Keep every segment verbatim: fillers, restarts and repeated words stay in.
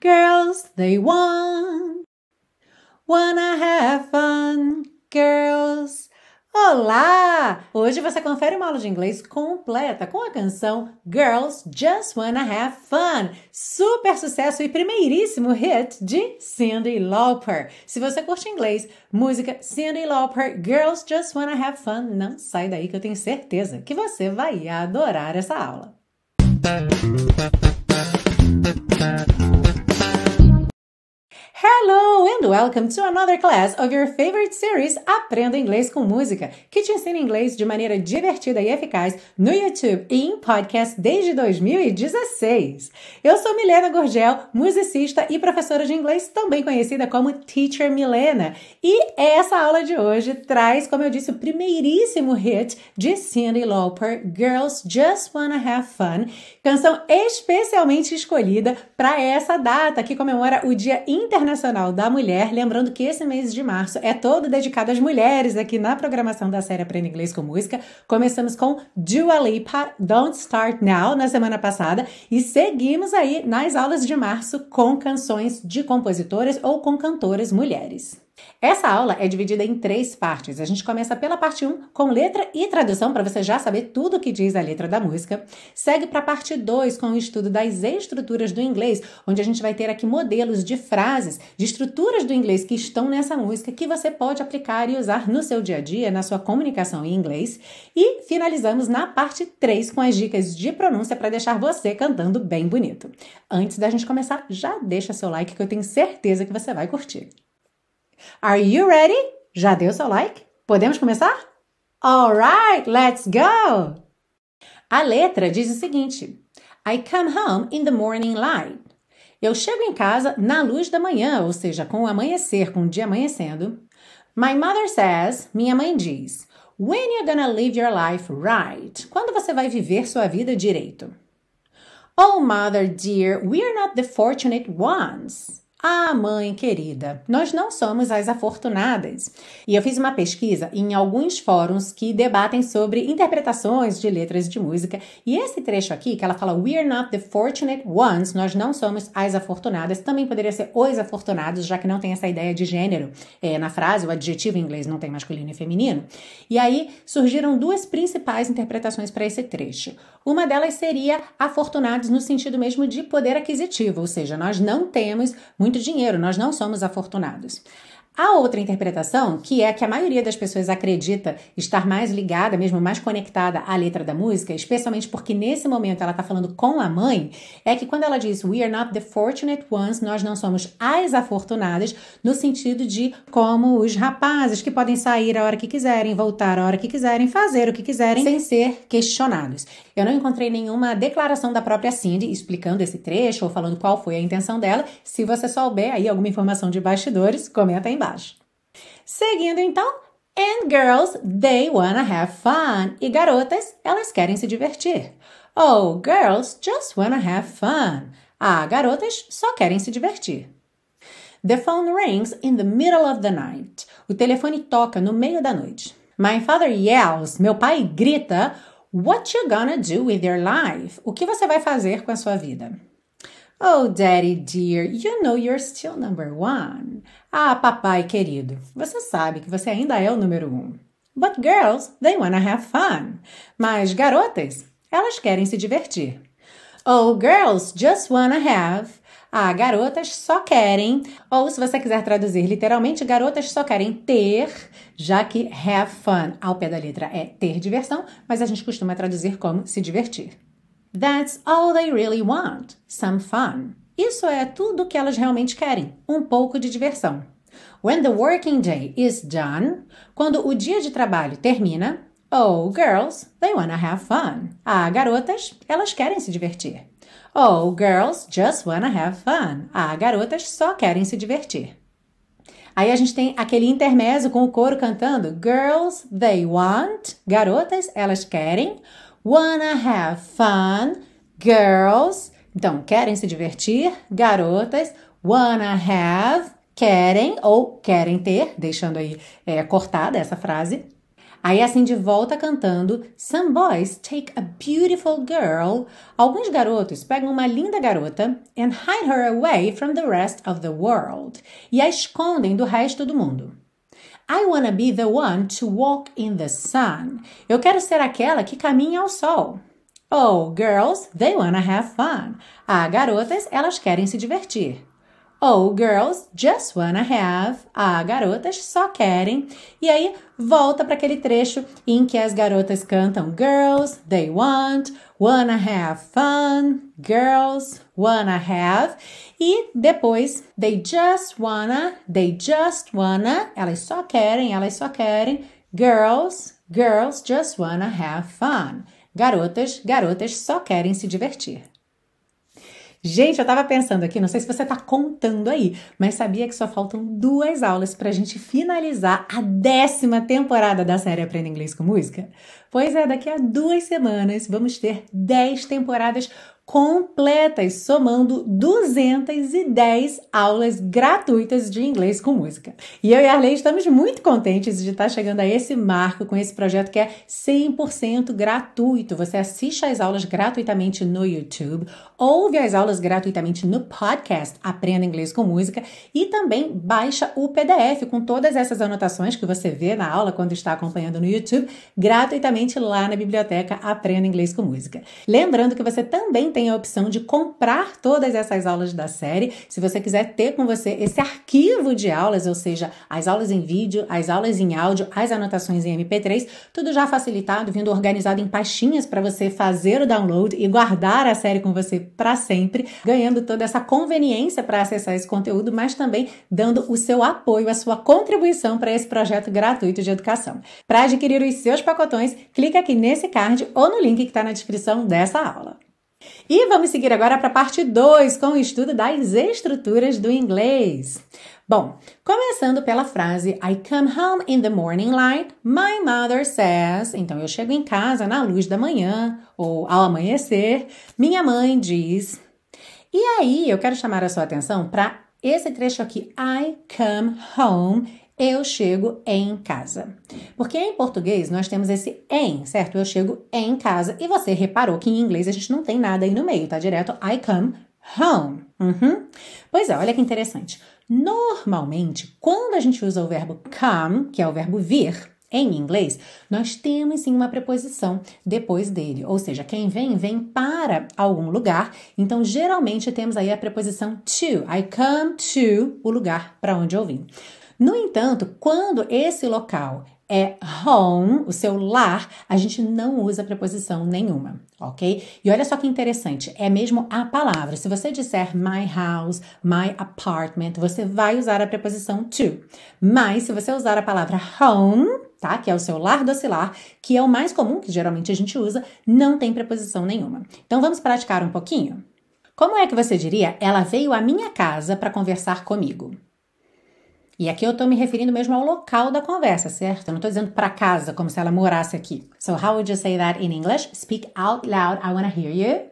Girls, they want, wanna have fun, girls. Olá! Hoje você confere uma aula de inglês completa com a canção Girls Just Wanna Have Fun, super sucesso e primeiríssimo hit de Cyndi Lauper. Se você curte inglês, música Cyndi Lauper, Girls Just Wanna Have Fun, não sai daí que eu tenho certeza que você vai adorar essa aula. Hello and welcome to another class of your favorite series Aprenda Inglês com Música, que te ensina inglês de maneira divertida e eficaz no YouTube e em podcast desde dois mil e dezesseis. Eu sou Milena Gurgel, musicista e professora de inglês, também conhecida como Teacher Milena. E essa aula de hoje traz, como eu disse, o primeiríssimo hit de Cyndi Lauper, Girls Just Wanna Have Fun, canção especialmente escolhida para essa data que comemora o Dia Internacional da Mulher, lembrando que esse mês de março é todo dedicado às mulheres aqui na programação da série Aprenda Inglês com Música. Começamos com Dua Lipa, Don't Start Now, na semana passada, e seguimos aí nas aulas de março com canções de compositoras ou com cantoras mulheres. Essa aula é dividida em três partes. A gente começa pela parte um, com letra e tradução, para você já saber tudo o que diz a letra da música. Segue para a parte dois, com o estudo das estruturas do inglês, onde a gente vai ter aqui modelos de frases, de estruturas do inglês que estão nessa música, que você pode aplicar e usar no seu dia a dia, na sua comunicação em inglês. E finalizamos na parte três, com as dicas de pronúncia para deixar você cantando bem bonito. Antes da gente começar, já deixa seu like, que eu tenho certeza que você vai curtir. Are you ready? Já deu seu like? Podemos começar? Alright, let's go! A letra diz o seguinte: I come home in the morning light. Eu chego em casa na luz da manhã, ou seja, com o amanhecer, com o dia amanhecendo. My mother says, minha mãe diz, when you're gonna live your life right? Quando você vai viver sua vida direito? Oh, mother dear, we're not the fortunate ones. Ah, mãe querida, nós não somos as afortunadas. E eu fiz uma pesquisa em alguns fóruns que debatem sobre interpretações de letras de música. E esse trecho aqui, que ela fala We're not the fortunate ones, nós não somos as afortunadas, também poderia ser os afortunados, já que não tem essa ideia de gênero é, na frase, o adjetivo em inglês não tem masculino e feminino. E aí surgiram duas principais interpretações para esse trecho. Uma delas seria afortunados no sentido mesmo de poder aquisitivo, ou seja, nós não temos muito dinheiro, nós não somos afortunados. A outra interpretação, que é que a maioria das pessoas acredita estar mais ligada, mesmo mais conectada à letra da música, especialmente porque nesse momento ela está falando com a mãe, é que quando ela diz We are not the fortunate ones, nós não somos as afortunadas, no sentido de como os rapazes que podem sair a hora que quiserem, voltar a hora que quiserem, fazer o que quiserem, sem ser questionados. Eu não encontrei nenhuma declaração da própria Cyndi explicando esse trecho ou falando qual foi a intenção dela. Se você souber aí alguma informação de bastidores, comenta aí embaixo. Seguindo então, and girls, they wanna have fun. E garotas, elas querem se divertir. Oh, girls just wanna have fun. Ah, garotas só querem se divertir. The phone rings in the middle of the night. O telefone toca no meio da noite. My father yells. Meu pai grita. What you gonna do with your life? O que você vai fazer com a sua vida? Oh, daddy dear, you know you're still number one. Ah, papai querido, você sabe que você ainda é o número um. But girls, they wanna have fun. Mas garotas, elas querem se divertir. Oh, girls just wanna have. Ah, garotas só querem, ou se você quiser traduzir literalmente, garotas só querem ter, já que have fun ao pé da letra é ter diversão, mas a gente costuma traduzir como se divertir. That's all they really want, some fun. Isso é tudo o que elas realmente querem, um pouco de diversão. When the working day is done, quando o dia de trabalho termina, oh, girls, they wanna have fun. Ah, garotas, elas querem se divertir. Oh, girls just wanna have fun. Ah, garotas só querem se divertir. Aí a gente tem aquele intermezzo com o coro cantando Girls, they want. Garotas, elas querem. Wanna have fun. Girls. Então, querem se divertir. Garotas. Wanna have. Querem ou querem ter. Deixando aí é, cortada essa frase. Aí assim de volta cantando, some boys take a beautiful girl. Alguns garotos pegam uma linda garota and hide her away from the rest of the world. E a escondem do resto do mundo. I wanna be the one to walk in the sun. Eu quero ser aquela que caminha ao sol. Oh, girls, they wanna have fun. Ah, garotas, elas querem se divertir. Oh, girls just wanna have. Ah, garotas só querem. E aí, volta para aquele trecho em que as garotas cantam Girls, they want, wanna have fun. Girls, wanna have. E depois, they just wanna, they just wanna. Elas só querem, elas só querem. Girls, girls just wanna have fun. Garotas, garotas só querem se divertir. Gente, eu tava pensando aqui, não sei se você tá contando aí, mas sabia que só faltam duas aulas pra gente finalizar a décima temporada da série Aprenda Inglês com Música? Pois é, daqui a duas semanas vamos ter dez temporadas completas, somando duzentas e dez aulas gratuitas de inglês com música. E eu e a Arley estamos muito contentes de estar chegando a esse marco com esse projeto que é cem por cento gratuito. Você assiste às aulas gratuitamente no YouTube, ouve as aulas gratuitamente no podcast Aprenda Inglês com Música e também baixa o P D F com todas essas anotações que você vê na aula quando está acompanhando no YouTube, gratuitamente lá na biblioteca Aprenda Inglês com Música. Lembrando que você também tem a opção de comprar todas essas aulas da série, se você quiser ter com você esse arquivo de aulas, ou seja, as aulas em vídeo, as aulas em áudio, as anotações em M P três, tudo já facilitado, vindo organizado em pastinhas para você fazer o download e guardar a série com você para sempre, ganhando toda essa conveniência para acessar esse conteúdo, mas também dando o seu apoio, a sua contribuição para esse projeto gratuito de educação. Para adquirir os seus pacotões, clica aqui nesse card ou no link que está na descrição dessa aula. E vamos seguir agora para a parte dois, com o estudo das estruturas do inglês. Bom, começando pela frase I come home in the morning light, my mother says. Então, eu chego em casa na luz da manhã, ou ao amanhecer, minha mãe diz. E aí, eu quero chamar a sua atenção para esse trecho aqui, I come home, eu chego em casa. Porque em português nós temos esse em, certo? Eu chego em casa. E você reparou que em inglês a gente não tem nada aí no meio, tá direto I come home. Uhum. Pois é, olha que interessante. Normalmente, quando a gente usa o verbo come, que é o verbo vir, em inglês, nós temos sim uma preposição depois dele. Ou seja, quem vem, vem para algum lugar. Então, geralmente temos aí a preposição to. I come to o lugar para onde eu vim. No entanto, quando esse local é home, o seu lar, a gente não usa preposição nenhuma, ok? E olha só que interessante, é mesmo a palavra. Se você disser my house, my apartment, você vai usar a preposição to. Mas se você usar a palavra home, tá? Que é o seu lar docilar, que é o mais comum, que geralmente a gente usa, não tem preposição nenhuma. Então vamos praticar um pouquinho? Como é que você diria, ela veio à minha casa para conversar comigo? E aqui eu tô me referindo mesmo ao local da conversa, certo? Eu não tô dizendo para casa, como se ela morasse aqui. So how would you say that in English? Speak out loud, I want to hear you.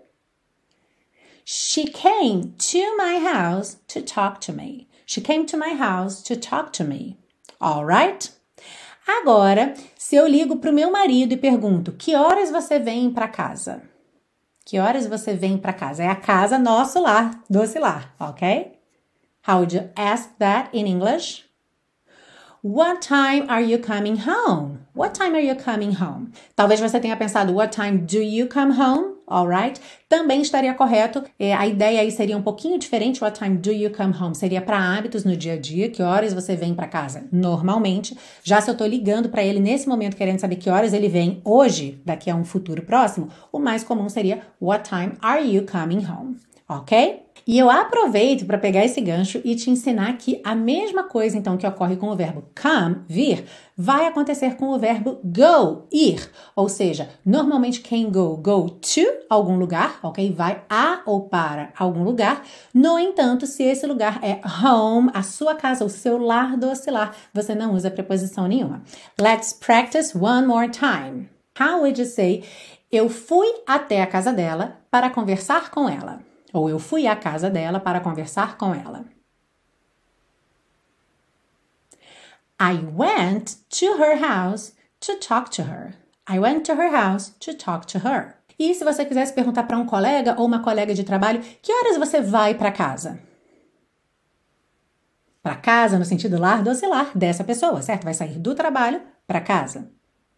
She came to my house to talk to me. She came to my house to talk to me. All right? Agora, se eu ligo pro meu marido e pergunto, que horas você vem para casa? Que horas você vem para casa? É a casa, nosso lar, doce lar, ok? How would you ask that in English? What time are you coming home? What time are you coming home? Talvez você tenha pensado, what time do you come home? Alright? Também estaria correto. É, a ideia aí seria um pouquinho diferente. What time do you come home? Seria para hábitos no dia a dia. Que horas você vem para casa? Normalmente. Já se eu tô ligando para ele nesse momento querendo saber que horas ele vem hoje, daqui a um futuro próximo, o mais comum seria what time are you coming home? Ok? E eu aproveito para pegar esse gancho e te ensinar que a mesma coisa, então, que ocorre com o verbo come, vir, vai acontecer com o verbo go, ir. Ou seja, normalmente quem go, go to algum lugar, ok? Vai a ou para algum lugar. No entanto, se esse lugar é home, a sua casa, o seu lar docilar, você não usa preposição nenhuma. Let's practice one more time. How would you say, eu fui até a casa dela para conversar com ela? Ou eu fui à casa dela para conversar com ela. I went to her house to talk to her. I went to her house to talk to her. E se você quisesse perguntar para um colega ou uma colega de trabalho, que horas você vai para casa? Para casa no sentido lar, doce lar dessa pessoa, certo? Vai sair do trabalho para casa.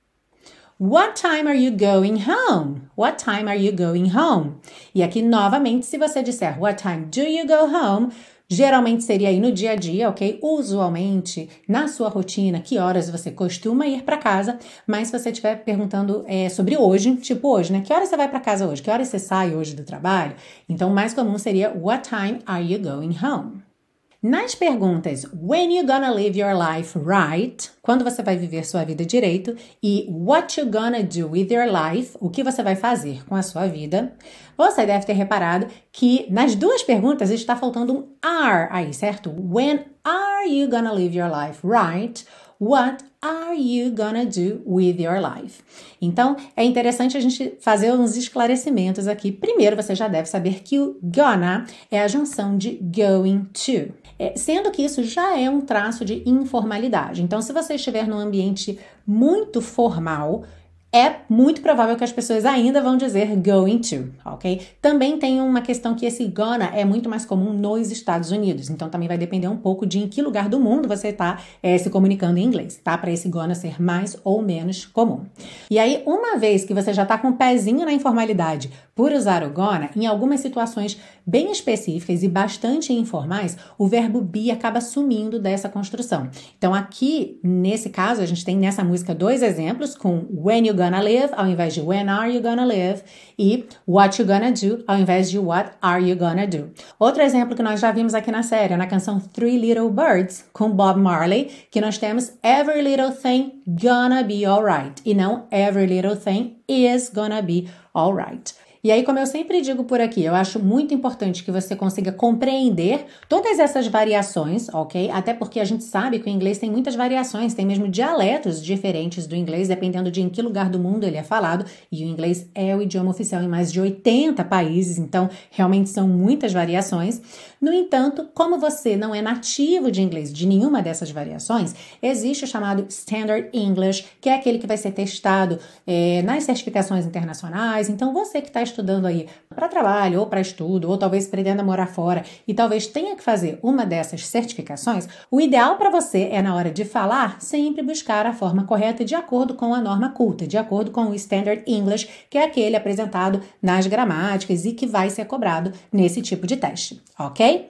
What time are you going home? What time are you going home? E aqui, novamente, se você disser what time do you go home, geralmente seria aí no dia a dia, ok? Usualmente, na sua rotina, que horas você costuma ir para casa, mas se você estiver perguntando é, sobre hoje, tipo hoje, né? Que horas você vai para casa hoje? Que horas você sai hoje do trabalho? Então, o mais comum seria what time are you going home? Nas perguntas when you gonna live your life right, quando você vai viver sua vida direito, e what you gonna do with your life, o que você vai fazer com a sua vida, você deve ter reparado que nas duas perguntas está faltando um are aí, certo? When are you gonna live your life right? What are you gonna do with your life? Então, é interessante a gente fazer uns esclarecimentos aqui. Primeiro, você já deve saber que o gonna é a junção de going to. É, sendo que isso já é um traço de informalidade. Então, se você estiver num ambiente muito formal, é muito provável que as pessoas ainda vão dizer going to, ok? Também tem uma questão que esse gonna é muito mais comum nos Estados Unidos, então também vai depender um pouco de em que lugar do mundo você está é, se comunicando em inglês, tá? Para esse gonna ser mais ou menos comum. E aí, uma vez que você já está com o pezinho na informalidade por usar o gonna, em algumas situações bem específicas e bastante informais, o verbo be acaba sumindo dessa construção. Então aqui, nesse caso, a gente tem nessa música dois exemplos com when you gonna live, ao invés de when are you gonna live, e what you gonna do, ao invés de what are you gonna do. Outro exemplo que nós já vimos aqui na série, na canção Three Little Birds, com Bob Marley, que nós temos every little thing gonna be alright, e não every little thing is gonna be alright. E aí, como eu sempre digo por aqui, eu acho muito importante que você consiga compreender todas essas variações, ok? Até porque a gente sabe que o inglês tem muitas variações, tem mesmo dialetos diferentes do inglês, dependendo de em que lugar do mundo ele é falado. E o inglês é o idioma oficial em mais de oitenta países, então realmente são muitas variações. No entanto, como você não é nativo de inglês de nenhuma dessas variações, existe o chamado Standard English, que é aquele que vai ser testado é, nas certificações internacionais. Então, você que está estudando aí para trabalho ou para estudo, ou talvez pretenda morar fora e talvez tenha que fazer uma dessas certificações, o ideal para você é, na hora de falar, sempre buscar a forma correta de acordo com a norma culta, de acordo com o Standard English, que é aquele apresentado nas gramáticas e que vai ser cobrado nesse tipo de teste, ok?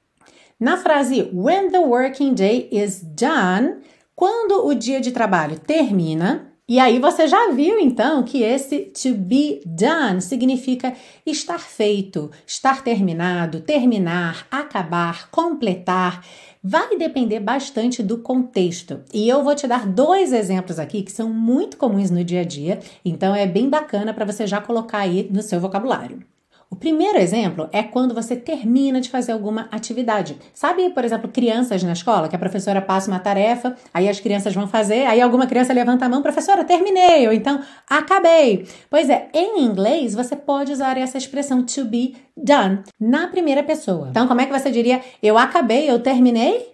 Na frase when the working day is done, quando o dia de trabalho termina. E aí você já viu, então, que esse to be done significa estar feito, estar terminado, terminar, acabar, completar. Vai depender bastante do contexto. E eu vou te dar dois exemplos aqui que são muito comuns no dia a dia, então é bem bacana para você já colocar aí no seu vocabulário. O primeiro exemplo é quando você termina de fazer alguma atividade. Sabe, por exemplo, crianças na escola, que a professora passa uma tarefa, aí as crianças vão fazer, aí alguma criança levanta a mão, professora, terminei, ou então, acabei. Pois é, em inglês você pode usar essa expressão to be done na primeira pessoa. Então, como é que você diria, eu acabei, eu terminei?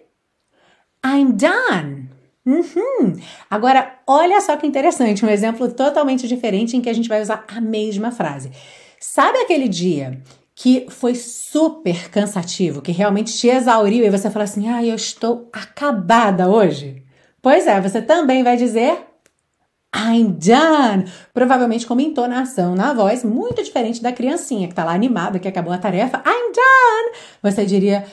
I'm done. Uhum. Agora, olha só que interessante, um exemplo totalmente diferente em que a gente vai usar a mesma frase. Sabe aquele dia que foi super cansativo, que realmente te exauriu e você fala assim, ah, eu estou acabada hoje? Pois é, você também vai dizer I'm done, provavelmente com uma entonação na voz muito diferente da criancinha que está lá animada, que acabou a tarefa. I'm done! Você diria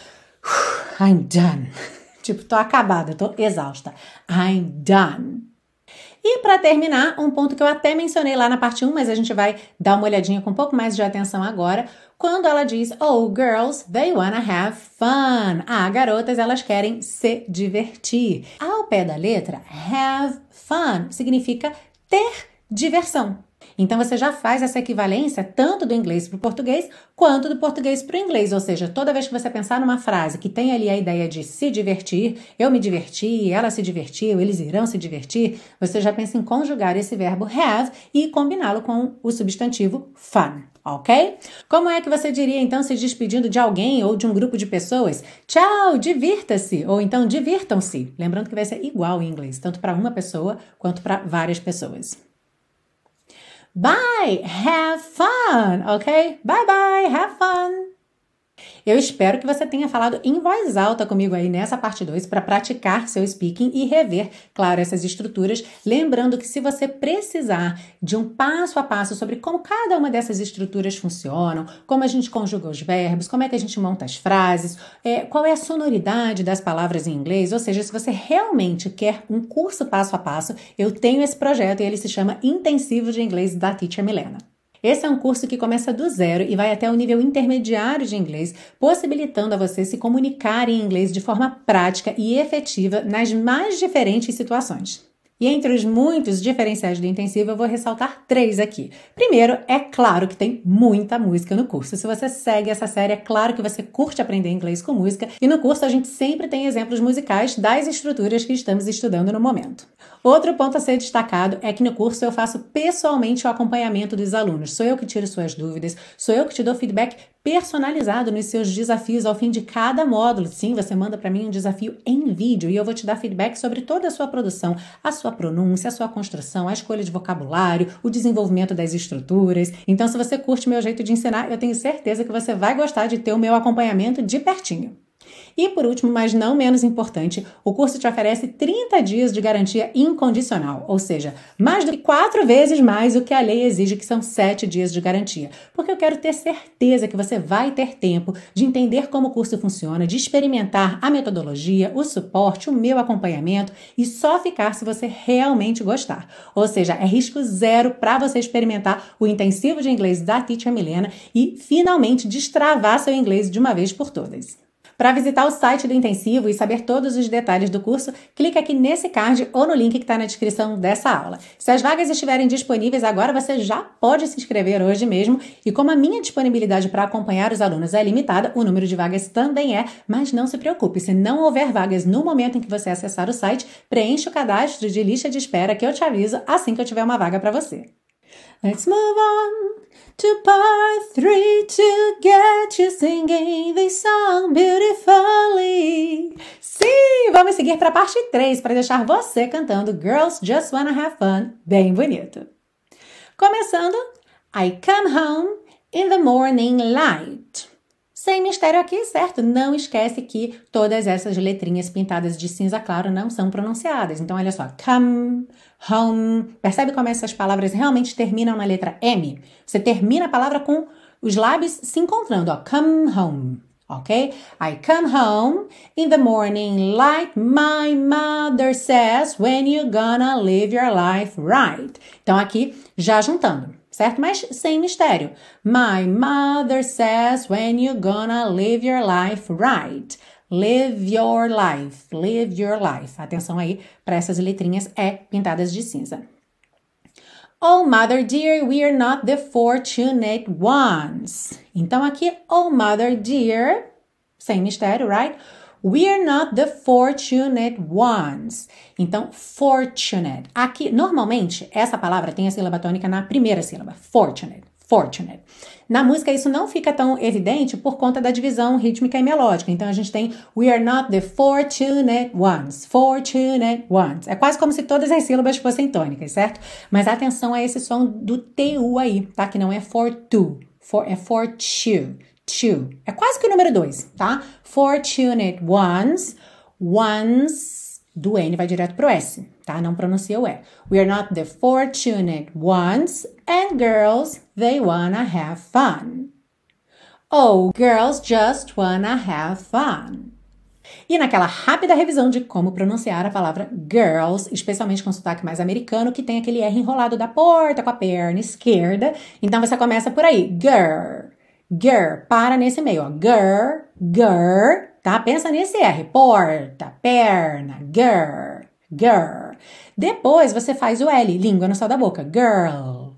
I'm done. Tipo, tô acabada, tô exausta. I'm done. E para terminar, um ponto que eu até mencionei lá na parte um, mas a gente vai dar uma olhadinha com um pouco mais de atenção agora, quando ela diz, oh, girls, they wanna have fun. Ah, garotas, elas querem se divertir. Ao pé da letra, have fun significa ter diversão. Então você já faz essa equivalência tanto do inglês para o português quanto do português para o inglês. Ou seja, toda vez que você pensar numa frase que tem ali a ideia de se divertir, eu me diverti, ela se divertiu, eles irão se divertir, você já pensa em conjugar esse verbo have e combiná-lo com o substantivo fun. Ok? Como é que você diria, então, se despedindo de alguém ou de um grupo de pessoas? Tchau, divirta-se! Ou então, divirtam-se. Lembrando que vai ser igual em inglês, tanto para uma pessoa quanto para várias pessoas. Bye! Have fun! Ok? Bye, bye! Have fun! Eu espero que você tenha falado em voz alta comigo aí nessa parte dois para praticar seu speaking e rever, claro, essas estruturas. Lembrando que se você precisar de um passo a passo sobre como cada uma dessas estruturas funcionam, como a gente conjuga os verbos, como é que a gente monta as frases, é, qual é a sonoridade das palavras em inglês, ou seja, se você realmente quer um curso passo a passo, eu tenho esse projeto e ele se chama Intensivo de Inglês da Teacher Milena. Esse é um curso que começa do zero e vai até o nível intermediário de inglês, possibilitando a você se comunicar em inglês de forma prática e efetiva nas mais diferentes situações. E entre os muitos diferenciais do intensivo, eu vou ressaltar três aqui. Primeiro, é claro que tem muita música no curso. Se você segue essa série, é claro que você curte aprender inglês com música. E no curso a gente sempre tem exemplos musicais das estruturas que estamos estudando no momento. Outro ponto a ser destacado é que no curso eu faço pessoalmente o acompanhamento dos alunos. Sou eu que tiro suas dúvidas, sou eu que te dou feedback personalizado nos seus desafios ao fim de cada módulo. Sim, você manda para mim um desafio em vídeo e eu vou te dar feedback sobre toda a sua produção, a sua pronúncia, a sua construção, a escolha de vocabulário, o desenvolvimento das estruturas. Então, se você curte meu jeito de ensinar, eu tenho certeza que você vai gostar de ter o meu acompanhamento de pertinho. E por último, mas não menos importante, o curso te oferece trinta dias de garantia incondicional, ou seja, mais do que quatro vezes mais o que a lei exige, que são sete dias de garantia. Porque eu quero ter certeza que você vai ter tempo de entender como o curso funciona, de experimentar a metodologia, o suporte, o meu acompanhamento e só ficar se você realmente gostar. Ou seja, é risco zero para você experimentar o intensivo de inglês da Teacher Milena e finalmente destravar seu inglês de uma vez por todas. Para visitar o site do Intensivo e saber todos os detalhes do curso, clique aqui nesse card ou no link que está na descrição dessa aula. Se as vagas estiverem disponíveis agora, você já pode se inscrever hoje mesmo. E como a minha disponibilidade para acompanhar os alunos é limitada, o número de vagas também é, mas não se preocupe, se não houver vagas no momento em que você acessar o site, preencha o cadastro de lista de espera que eu te aviso assim que eu tiver uma vaga para você. Let's move on to part three to get you singing this song beautifully. Sim, vamos seguir para a parte três para deixar você cantando Girls Just Wanna Have Fun bem bonito. Começando, I come home in the morning light. Sem mistério aqui, certo? Não esquece que todas essas letrinhas pintadas de cinza claro não são pronunciadas. Então, olha só. Come, home. Percebe como essas palavras realmente terminam na letra M? Você termina a palavra com os lábios se encontrando. Ó. Come home. Ok? I come home in the morning like my mother says when you gonna live your life right. Então, aqui, já juntando. Certo? Mas sem mistério. My mother says when you gonna live your life right. Live your life. Live your life. Atenção aí para essas letrinhas E pintadas de cinza. Oh, mother dear, we are not the fortunate ones. Então aqui, oh, mother dear, sem mistério, right? We are not the fortunate ones. Então, fortunate. Aqui, normalmente, essa palavra tem a sílaba tônica na primeira sílaba. Fortunate. Fortunate. Na música, isso não fica tão evidente por conta da divisão rítmica e melódica. Então, a gente tem we are not the fortunate ones. Fortunate ones. É quase como se todas as sílabas fossem tônicas, certo? Mas atenção a esse som do T U aí, tá? Que não é for to. For, é for to. To. É quase que o número dois, tá? Fortunate ones. Ones do N vai direto pro S, tá? Não pronuncia o E. We are not the fortunate ones. And girls, they wanna have fun. Oh, girls just wanna have fun. E naquela rápida revisão de como pronunciar a palavra girls, especialmente com sotaque mais americano, que tem aquele R enrolado da porta com a perna esquerda. Então você começa por aí. Girl. Girl, para nesse meio, ó. Girl, girl, tá? Pensa nesse R. Porta, perna, girl, girl. Depois você faz o L, língua no céu da boca. Girl,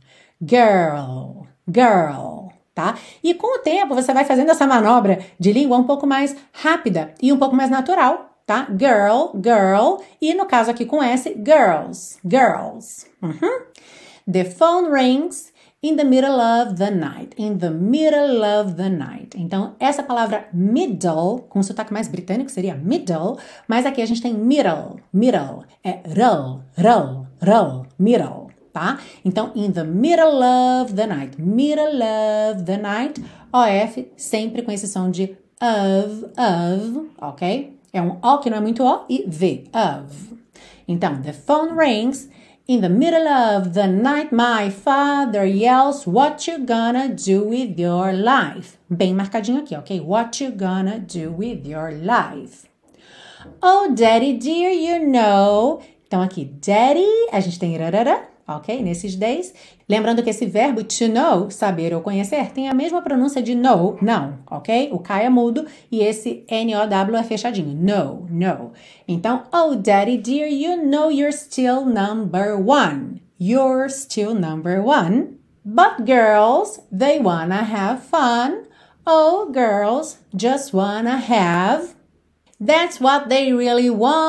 girl, girl, tá? E com o tempo você vai fazendo essa manobra de língua um pouco mais rápida e um pouco mais natural, tá? Girl, girl, e no caso aqui com S, girls, girls. Uhum. The phone rings in the middle of the night. In the middle of the night. Então, essa palavra middle, com sotaque mais britânico, seria middle, mas aqui a gente tem middle, middle. É roll, roll, roll, middle, tá? Então, in the middle of the night. Middle of the night. O F, sempre com esse som de of, of, ok? É um O que não é muito O e V, of. Então, the phone rings. In the middle of the night, my father yells, what you gonna do with your life? Bem marcadinho aqui, ok? What you gonna do with your life? Oh, daddy dear, you know. Então aqui, daddy, a gente tem rarara, ok? Nesses days. Lembrando que esse verbo to know, saber ou conhecer, tem a mesma pronúncia de know, não, ok? O K é mudo e esse N O W é fechadinho. No, no. Então, oh, daddy dear, you know you're still number one. You're still number one. But girls, they wanna have fun. Oh, girls just wanna have... That's what they really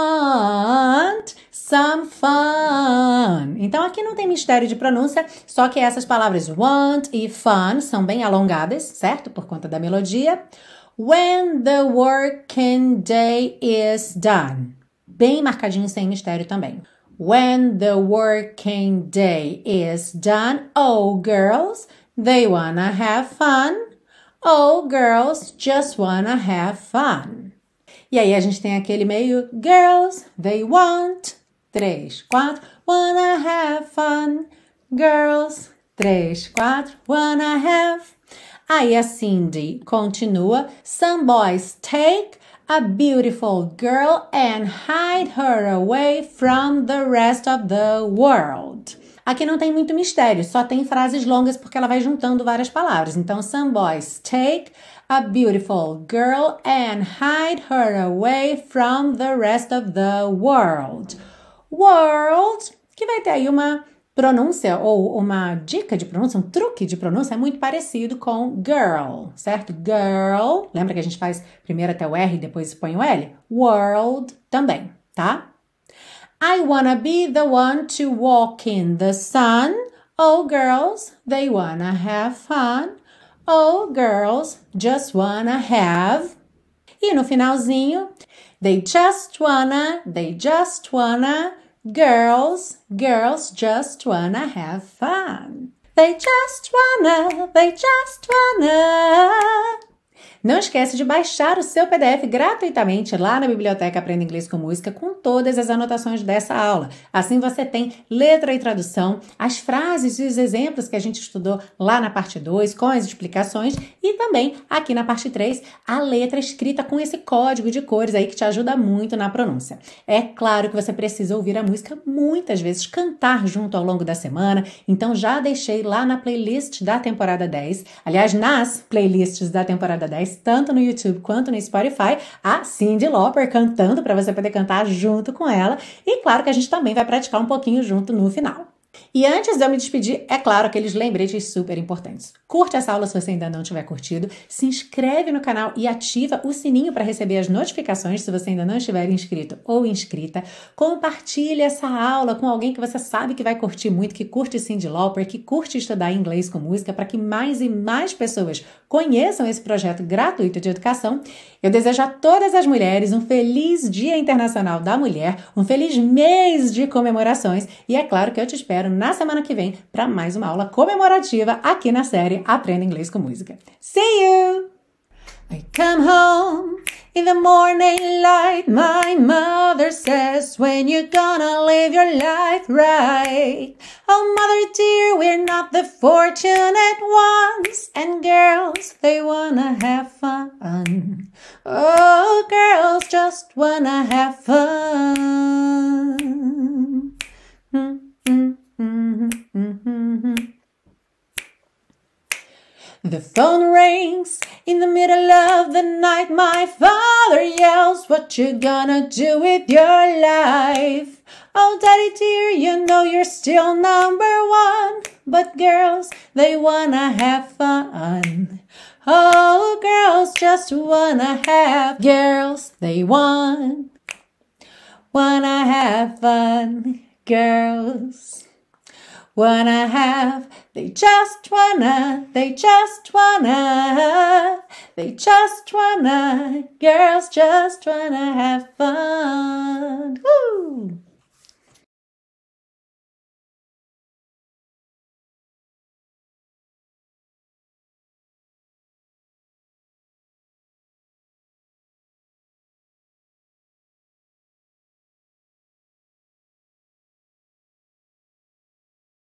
want, some fun. Então aqui não tem mistério de pronúncia, só que essas palavras want e fun são bem alongadas, certo? Por conta da melodia. When the working day is done. Bem marcadinho, sem mistério também. When the working day is done, oh girls, they wanna have fun. Oh girls, just wanna have fun. E aí a gente tem aquele meio, girls, they want, três, quatro, wanna have fun, girls, três, quatro, wanna have. Aí a Cindy continua, some boys take a beautiful girl and hide her away from the rest of the world. Aqui não tem muito mistério, só tem frases longas porque ela vai juntando várias palavras. Então, some boys take a beautiful girl and hide her away from the rest of the world. World, que vai ter aí uma pronúncia ou uma dica de pronúncia, um truque de pronúncia é muito parecido com girl, certo? Girl, lembra que a gente faz primeiro até o R e depois põe o L? World também, tá? I wanna be the one to walk in the sun. Oh, girls, they wanna have fun. Oh, girls, just wanna have. E no finalzinho, they just wanna, they just wanna, girls, girls just wanna have fun. They just wanna, they just wanna. Não esquece de baixar o seu P D F gratuitamente lá na Biblioteca Aprenda Inglês com Música com todas as anotações dessa aula. Assim você tem letra e tradução, as frases e os exemplos que a gente estudou lá na parte dois, com as explicações, e também aqui na parte três, a letra escrita com esse código de cores aí que te ajuda muito na pronúncia. É claro que você precisa ouvir a música muitas vezes, cantar junto ao longo da semana, então já deixei lá na playlist da temporada dez, aliás, nas playlists da temporada dez, tanto no YouTube quanto no Spotify, a Cyndi Lauper cantando para você poder cantar junto com ela. E claro que a gente também vai praticar um pouquinho junto no final. E antes de eu me despedir, é claro, aqueles lembretes super importantes. Curte essa aula se você ainda não tiver curtido, se inscreve no canal e ativa o sininho para receber as notificações se você ainda não estiver inscrito ou inscrita. Compartilhe essa aula com alguém que você sabe que vai curtir muito, que curte Cyndi Lauper, que curte estudar inglês com música, para que mais e mais pessoas conheçam esse projeto gratuito de educação. Eu desejo a todas as mulheres um feliz Dia Internacional da Mulher, um feliz mês de comemorações e é claro que eu te espero na semana que vem para mais uma aula comemorativa aqui na série Aprenda Inglês com Música. See you! I come home in the morning light, my mother says, when you gonna live your life right? Oh, mother dear, we're not the fortunate ones, and girls, they wanna have fun. Oh, girls just wanna have fun. Mm-hmm. Mm-hmm, mm-hmm. The phone rings in the middle of the night. My father yells, what you gonna do with your life? Oh, daddy dear, you know you're still number one. But girls, they wanna have fun. Oh, girls just wanna have. Girls, they want. Wanna have fun. Girls wanna have. They just wanna. They just wanna. They just wanna. Girls just wanna have fun. Woo!